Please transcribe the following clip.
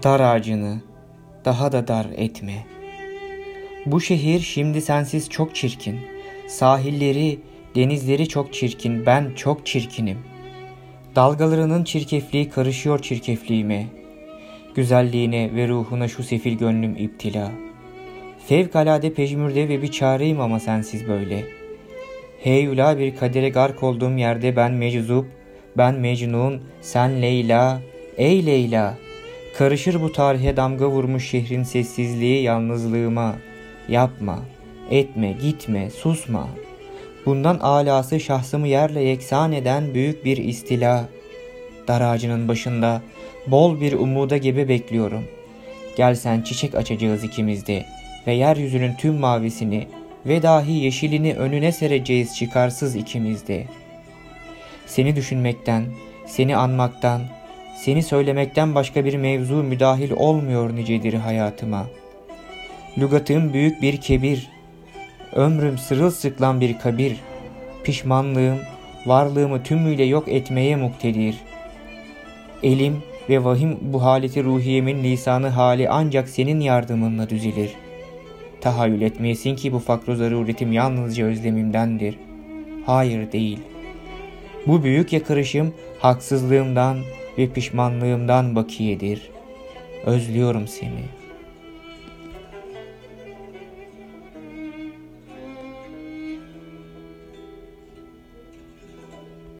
Dar ağacını daha da dar etme. Bu şehir şimdi sensiz çok çirkin. Sahilleri, denizleri çok çirkin, ben çok çirkinim. Dalgalarının çirkefliği karışıyor çirkefliğime. Güzelliğine ve ruhuna şu sefil gönlüm iptila. Fevkalade pejmürde ve bir çareyim ama sensiz böyle. Heyula bir kadere gark olduğum yerde ben meczup, ben Mecnun, sen Leyla, ey Leyla. Karışır bu tarihe damga vurmuş şehrin sessizliği yalnızlığıma. Yapma, etme, gitme, susma. Bundan alası şahsımı yerle yeksan eden büyük bir istila. Dar ağacının başında bol bir umuda gebe bekliyorum. Gel sen çiçek açacağız ikimizde ve yeryüzünün tüm mavisini ve dahi yeşilini önüne sereceğiz çıkarsız ikimizde. Seni düşünmekten, seni anmaktan, seni söylemekten başka bir mevzu müdahil olmuyor nicedir hayatıma. Lügatım büyük bir kebir, ömrüm sırılsıklam bir kabir, pişmanlığım varlığımı tümüyle yok etmeye muktedir. Elim ve vahim bu haleti ruhiyemin lisanı hali ancak senin yardımınla düzelir. Tahayyül etmeyesin ki bu fakr-ı zaruretim yalnızca özlemimdendir. Hayır değil. Bu büyük yakarışım haksızlığımdan ve pişmanlığımdan bakiyedir. Özlüyorum seni.